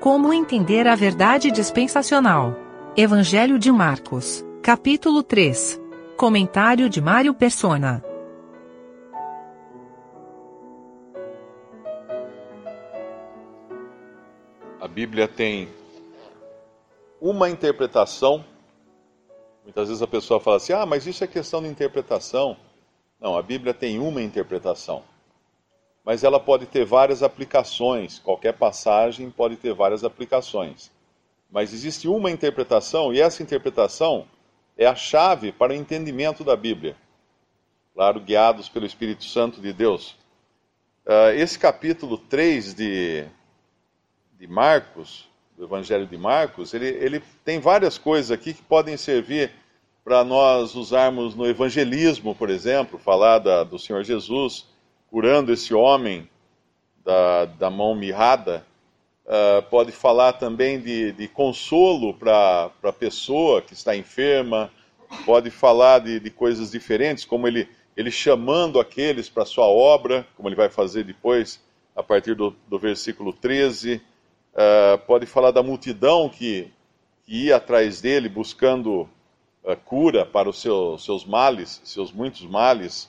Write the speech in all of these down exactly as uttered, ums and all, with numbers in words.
Como entender a verdade dispensacional? Evangelho de Marcos, capítulo três. Comentário de Mário Persona. A Bíblia tem uma interpretação. Muitas vezes a pessoa fala assim, ah, mas isso é questão de interpretação. Não, a Bíblia tem uma interpretação. Mas ela pode ter várias aplicações. Qualquer passagem pode ter várias aplicações. Mas existe uma interpretação, e essa interpretação é a chave para o entendimento da Bíblia. Claro, guiados pelo Espírito Santo de Deus. Uh, esse capítulo três de, de Marcos, do Evangelho de Marcos, ele, ele tem várias coisas aqui que podem servir para nós usarmos no evangelismo, por exemplo, falar da, do Senhor Jesus curando esse homem da, da mão mirrada. Uh, pode falar também de, de consolo para a pessoa que está enferma, pode falar de, de coisas diferentes, como ele, ele chamando aqueles para a sua obra, como ele vai fazer depois, a partir do, do versículo treze. Uh, pode falar da multidão que, que ia atrás dele buscando uh, cura para os seus, seus males, seus muitos males.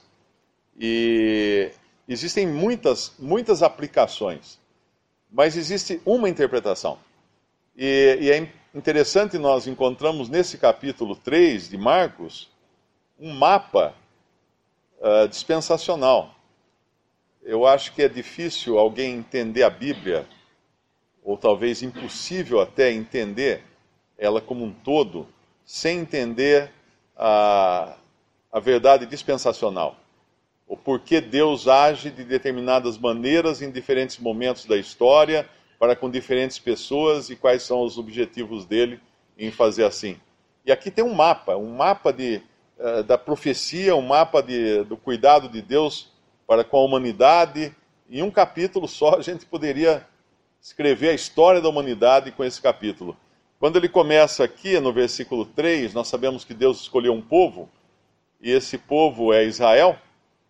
E existem muitas, muitas aplicações, mas existe uma interpretação. E, e é interessante, nós encontramos nesse capítulo três de Marcos um mapa uh, dispensacional. Eu acho que é difícil alguém entender a Bíblia, ou talvez impossível até entender ela como um todo, sem entender a, a verdade dispensacional. O porquê Deus age de determinadas maneiras em diferentes momentos da história, para com diferentes pessoas, e quais são os objetivos dele em fazer assim. E aqui tem um mapa, um mapa de, uh, da profecia, um mapa de, do cuidado de Deus para com a humanidade. Em um capítulo só a gente poderia escrever a história da humanidade com esse capítulo. Quando ele começa aqui no versículo três, nós sabemos que Deus escolheu um povo, e esse povo é Israel.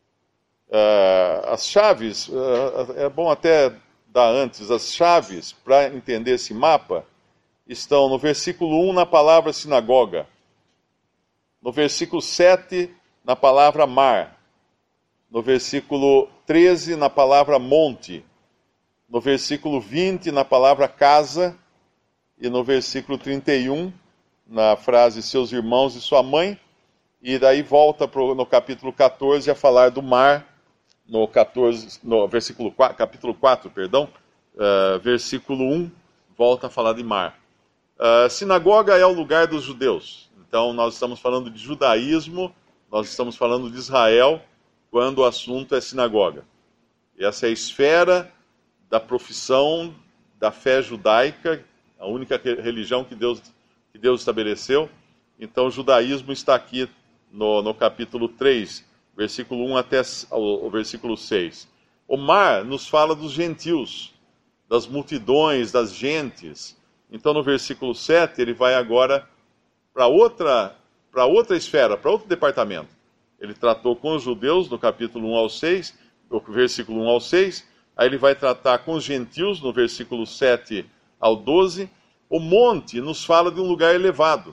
Uh, as chaves, uh, é bom até dar antes, as chaves para entender esse mapa estão no versículo um na palavra sinagoga, no versículo sete na palavra mar, no versículo treze na palavra monte, no versículo vinte na palavra casa, e no versículo trinta e um na frase seus irmãos e sua mãe, e daí volta pro, no capítulo catorze a falar do mar. No, catorze, no versículo quatro, capítulo quatro, perdão, uh, versículo um, volta a falar de mar. Uh, sinagoga é o lugar dos judeus. Então, nós estamos falando de judaísmo, nós estamos falando de Israel, quando o assunto é sinagoga. E essa é a esfera da profissão da fé judaica, a única religião que Deus, que Deus estabeleceu. Então, o judaísmo está aqui no, no capítulo três, versículo um até o versículo seis. O mar nos fala dos gentios, das multidões, das gentes. Então, no versículo sete, ele vai agora para outra, para outra esfera, para outro departamento. Ele tratou com os judeus, no capítulo um ao seis, do versículo um ao seis. Aí ele vai tratar com os gentios, no versículo sete ao doze. O monte nos fala de um lugar elevado.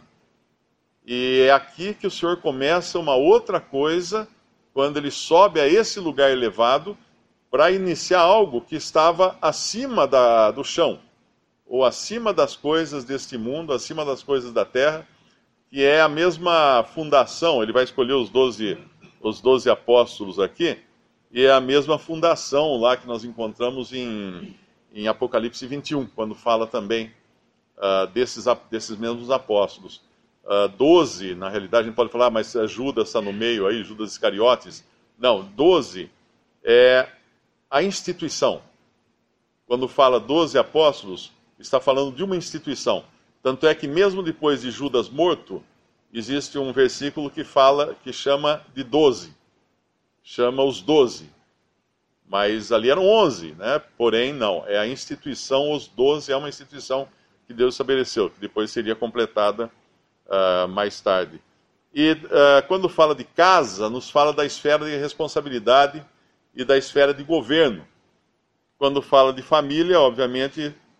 E é aqui que o Senhor começa uma outra coisa, quando ele sobe a esse lugar elevado para iniciar algo que estava acima da, do chão, ou acima das coisas deste mundo, acima das coisas da terra, que é a mesma fundação. Ele vai escolher os doze, os doze apóstolos aqui, e é a mesma fundação lá que nós encontramos em, em Apocalipse vinte e um, quando fala também uh, desses, desses mesmos apóstolos. Uh, doze, na realidade, a gente pode falar, mas Judas está no meio aí, Judas Iscariotes. Não, doze é a instituição. Quando fala doze apóstolos, está falando de uma instituição. Tanto é que mesmo depois de Judas morto, existe um versículo que fala, que chama de doze. Chama os doze. Mas ali eram onze, né? Porém, não. É a instituição, os doze é uma instituição que Deus estabeleceu, que depois seria completada Uh, mais tarde. E uh, quando fala de casa, nos fala da esfera de responsabilidade e da esfera de governo. Quando fala de família, obviamente,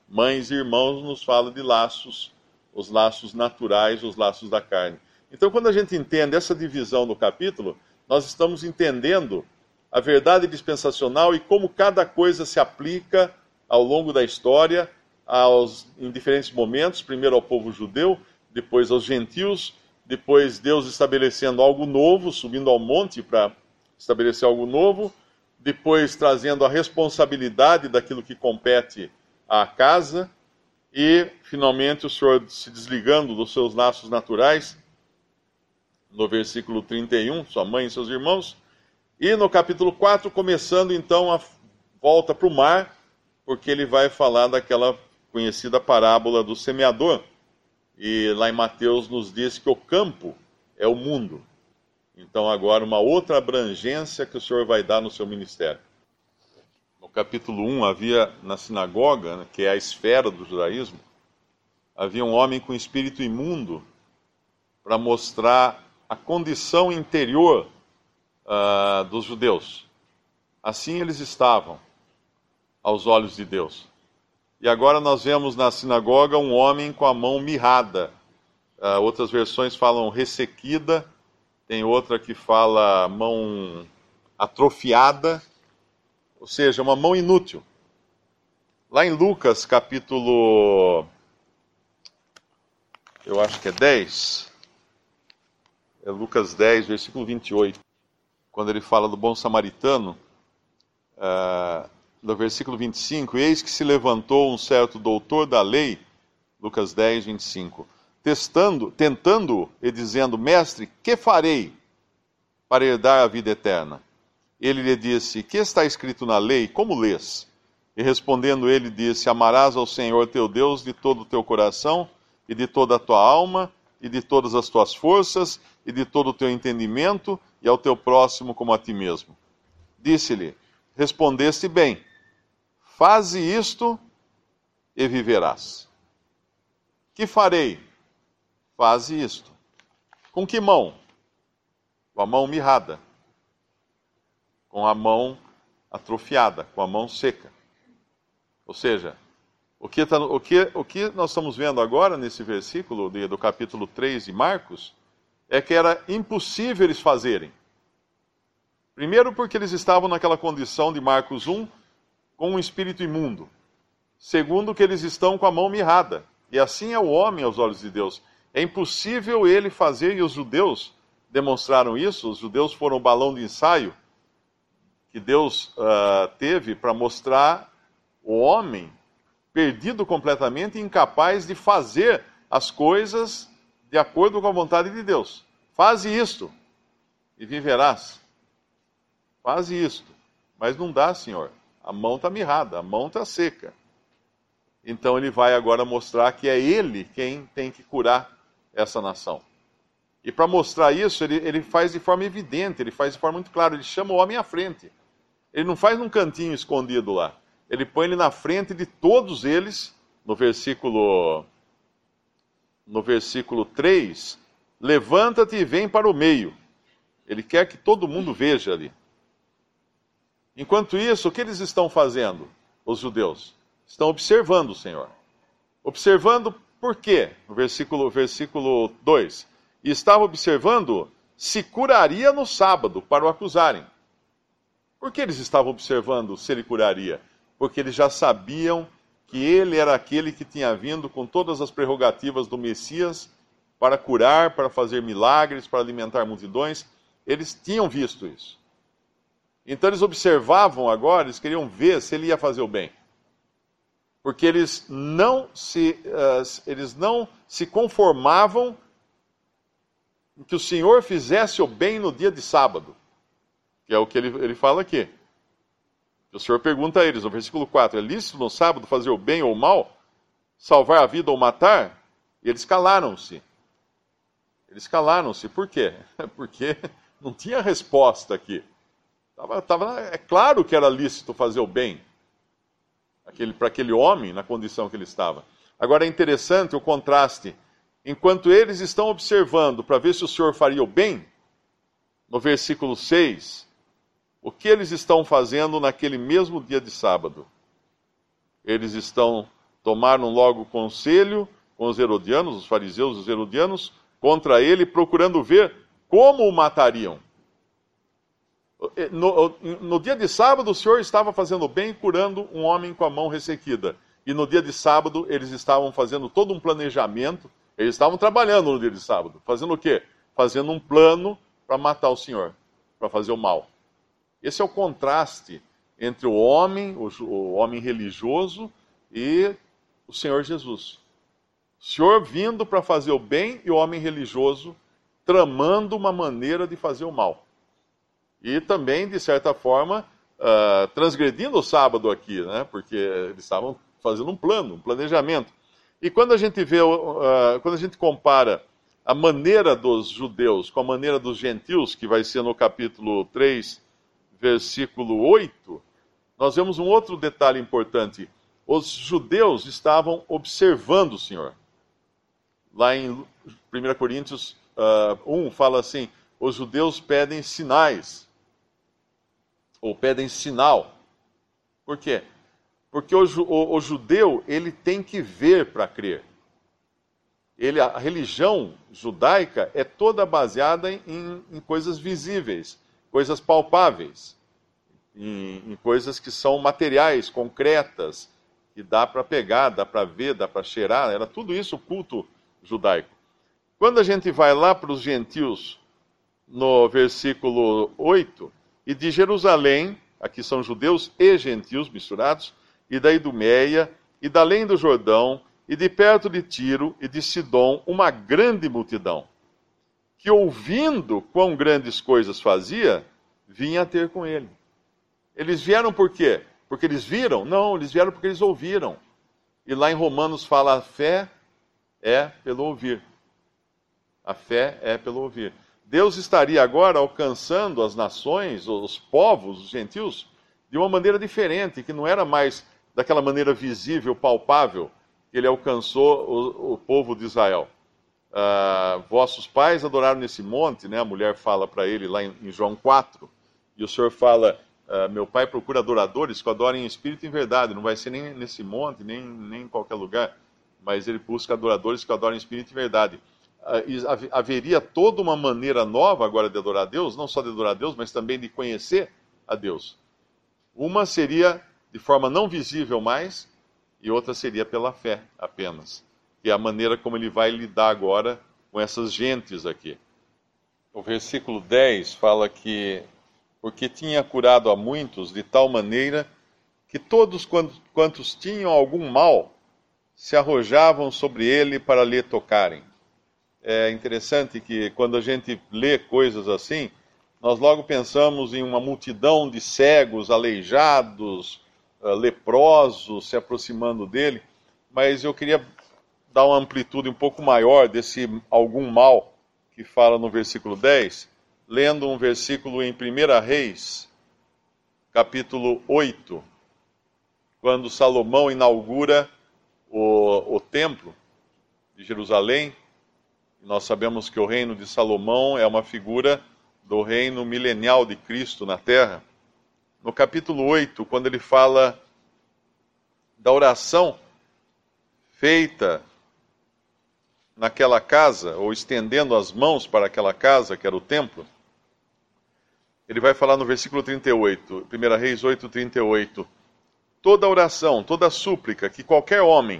Mães e irmãos nos fala de laços, os laços naturais, os laços da carne. Então, quando a gente entende essa divisão do capítulo, nós estamos entendendo a verdade dispensacional e como cada coisa se aplica ao longo da história, aos, em diferentes momentos, primeiro ao povo judeu, depois aos gentios, depois Deus estabelecendo algo novo, subindo ao monte para estabelecer algo novo, depois trazendo a responsabilidade daquilo que compete à casa, e finalmente o Senhor se desligando dos seus laços naturais, no versículo trinta e um, sua mãe e seus irmãos, e no capítulo quatro, começando então a volta para o mar, porque ele vai falar daquela conhecida parábola do semeador, e lá em Mateus nos diz que o campo é o mundo. Então agora uma outra abrangência que o Senhor vai dar no seu ministério. No capítulo um havia na sinagoga, né, que é a esfera do judaísmo, havia um homem com espírito imundo para mostrar a condição interior uh, dos judeus. Assim eles estavam aos olhos de Deus. E agora nós vemos na sinagoga um homem com a mão mirrada. Uh, outras versões falam ressequida, tem outra que fala mão atrofiada, ou seja, uma mão inútil. Lá em Lucas, capítulo, eu acho que é dez, é Lucas dez, versículo vinte e oito, quando ele fala do bom samaritano, uh, no versículo vinte e cinco, eis que se levantou um certo doutor da lei, Lucas dez, vinte e cinco, testando, tentando e dizendo, mestre, que farei para herdar a vida eterna? Ele lhe disse, que está escrito na lei, como lês? E respondendo ele disse, amarás ao Senhor teu Deus de todo o teu coração, e de toda a tua alma, e de todas as tuas forças, e de todo o teu entendimento, e ao teu próximo como a ti mesmo. Disse-lhe, respondeste bem, faze isto e viverás. Que farei? Faze isto. Com que mão? Com a mão mirrada. Com a mão atrofiada, com a mão seca. Ou seja, o que, tá, o que, o que nós estamos vendo agora nesse versículo de, do capítulo três de Marcos é que era impossível eles fazerem. Primeiro porque eles estavam naquela condição de Marcos um com um espírito imundo. Segundo que eles estão com a mão mirrada. E assim é o homem aos olhos de Deus. É impossível ele fazer, e os judeus demonstraram isso, os judeus foram o balão de ensaio que Deus uh, teve para mostrar o homem perdido completamente e incapaz de fazer as coisas de acordo com a vontade de Deus. Faze isto e viverás. Faze isto. Mas não dá, Senhor. A mão está mirrada, a mão está seca. Então ele vai agora mostrar que é ele quem tem que curar essa nação. E para mostrar isso, ele, ele faz de forma evidente, ele faz de forma muito clara, ele chama o homem à frente. Ele não faz num cantinho escondido lá. Ele põe ele na frente de todos eles, no versículo, no versículo três, levanta-te e vem para o meio. Ele quer que todo mundo veja ali. Enquanto isso, o que eles estão fazendo, os judeus? Estão observando o Senhor. Observando por quê? No versículo, versículo dois. E estava observando se curaria no sábado, para o acusarem. Por que eles estavam observando se ele curaria? Porque eles já sabiam que ele era aquele que tinha vindo com todas as prerrogativas do Messias para curar, para fazer milagres, para alimentar multidões. Eles tinham visto isso. Então eles observavam agora, eles queriam ver se ele ia fazer o bem. Porque eles não se, uh, eles não se conformavam que o Senhor fizesse o bem no dia de sábado. Que é o que ele, ele fala aqui. O Senhor pergunta a eles, no versículo quatro, é lícito no sábado fazer o bem ou o mal? Salvar a vida ou matar? E eles calaram-se. Eles calaram-se. Por quê? Porque não tinha resposta aqui. Tava, tava, é claro que era lícito fazer o bem aquele, para aquele homem, na condição que ele estava. Agora é interessante o contraste. Enquanto eles estão observando para ver se o Senhor faria o bem, no versículo seis, o que eles estão fazendo naquele mesmo dia de sábado? Eles estão tomaram logo conselho com os herodianos, os fariseus e os herodianos, contra ele, procurando ver como o matariam. No, no dia de sábado, o Senhor estava fazendo bem, curando um homem com a mão ressequida. E no dia de sábado, eles estavam fazendo todo um planejamento. Eles estavam trabalhando no dia de sábado. Fazendo o quê? Fazendo um plano para matar o Senhor, para fazer o mal. Esse é o contraste entre o homem, o, o homem religioso e o Senhor Jesus. O Senhor vindo para fazer o bem e o homem religioso tramando uma maneira de fazer o mal. E também, de certa forma, uh, transgredindo o sábado aqui, né? Porque eles estavam fazendo um plano, um planejamento. E quando a gente vê, uh, quando a gente compara a maneira dos judeus com a maneira dos gentios, que vai ser no capítulo três, versículo oito, nós vemos um outro detalhe importante. Os judeus estavam observando o Senhor. Lá em primeira Coríntios uh, um fala assim, os judeus pedem sinais, ou pedem sinal. Por quê? Porque o, o, o judeu, ele tem que ver para crer. Ele, a religião judaica é toda baseada em, em coisas visíveis, coisas palpáveis, em, em coisas que são materiais, concretas, que dá para pegar, dá para ver, dá para cheirar. Era tudo isso o culto judaico. Quando a gente vai lá para os gentios, no versículo oito, e de Jerusalém, aqui são judeus e gentios misturados, e da Idumeia, e da além do Jordão, e de perto de Tiro e de Sidom, uma grande multidão, que ouvindo quão grandes coisas fazia, vinha ter com ele. Eles vieram por quê? Porque eles viram? Não, eles vieram porque eles ouviram. E lá em Romanos fala, a fé é pelo ouvir. A fé é pelo ouvir. Deus estaria agora alcançando as nações, os povos, os gentios, de uma maneira diferente, que não era mais daquela maneira visível, palpável, que ele alcançou o, o povo de Israel. Uh, vossos pais adoraram nesse monte, né? A mulher fala para ele lá em, em João quatro, e o Senhor fala, uh, meu pai procura adoradores que adorem em espírito e em verdade, não vai ser nem nesse monte, nem, nem em qualquer lugar, mas ele busca adoradores que adorem em espírito e em verdade. Uh, haveria toda uma maneira nova agora de adorar a Deus, não só de adorar a Deus, mas também de conhecer a Deus. Uma seria de forma não visível mais, e outra seria pela fé apenas, que é a maneira como ele vai lidar agora com essas gentes aqui. O versículo dez fala que, porque tinha curado a muitos de tal maneira que todos quantos tinham algum mal se arrojavam sobre ele para lhe tocarem. É interessante que quando a gente lê coisas assim, nós logo pensamos em uma multidão de cegos, aleijados, leprosos se aproximando dele, mas eu queria dar uma amplitude um pouco maior desse algum mal que fala no versículo dez, lendo um versículo em primeira Reis, capítulo oito, quando Salomão inaugura o, o templo de Jerusalém. Nós sabemos que o reino de Salomão é uma figura do reino milenial de Cristo na terra. No capítulo oito, quando ele fala da oração feita naquela casa, ou estendendo as mãos para aquela casa, que era o templo, ele vai falar no versículo trinta e oito, primeira Reis oito, trinta e oito, toda oração, toda súplica que qualquer homem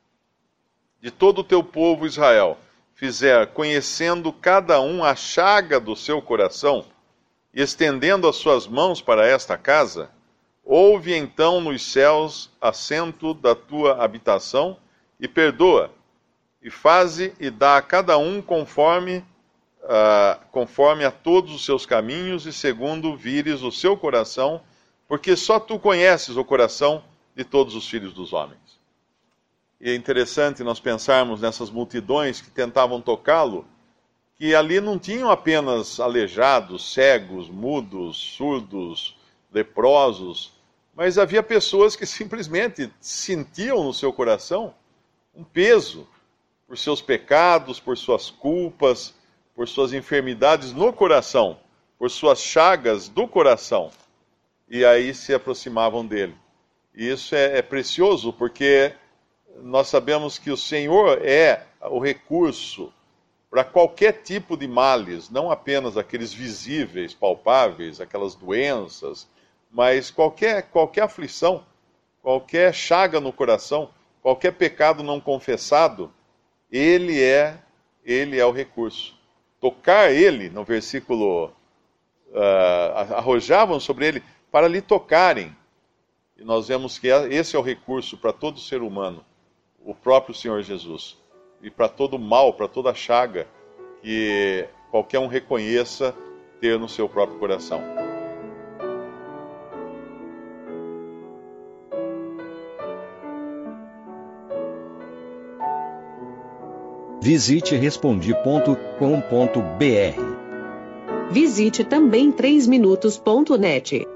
de todo o teu povo Israel fizer, conhecendo cada um a chaga do seu coração, e estendendo as suas mãos para esta casa, ouve então nos céus assento da tua habitação, e perdoa, e faze e dá a cada um conforme, uh, conforme a todos os seus caminhos, e segundo vires o seu coração, porque só tu conheces o coração de todos os filhos dos homens. E é interessante nós pensarmos nessas multidões que tentavam tocá-lo, que ali não tinham apenas aleijados, cegos, mudos, surdos, leprosos, mas havia pessoas que simplesmente sentiam no seu coração um peso por seus pecados, por suas culpas, por suas enfermidades no coração, por suas chagas do coração, e aí se aproximavam dele. E isso é, é precioso, porque nós sabemos que o Senhor é o recurso para qualquer tipo de males, não apenas aqueles visíveis, palpáveis, aquelas doenças, mas qualquer, qualquer aflição, qualquer chaga no coração, qualquer pecado não confessado, Ele é, Ele é o recurso. Tocar Ele, no versículo, uh, arrojavam sobre Ele para lhe tocarem. E nós vemos que esse é o recurso para todo ser humano, o próprio Senhor Jesus. E para todo mal, para toda chaga que qualquer um reconheça ter no seu próprio coração. Visite respondi ponto com ponto br. Visite também três minutos ponto net.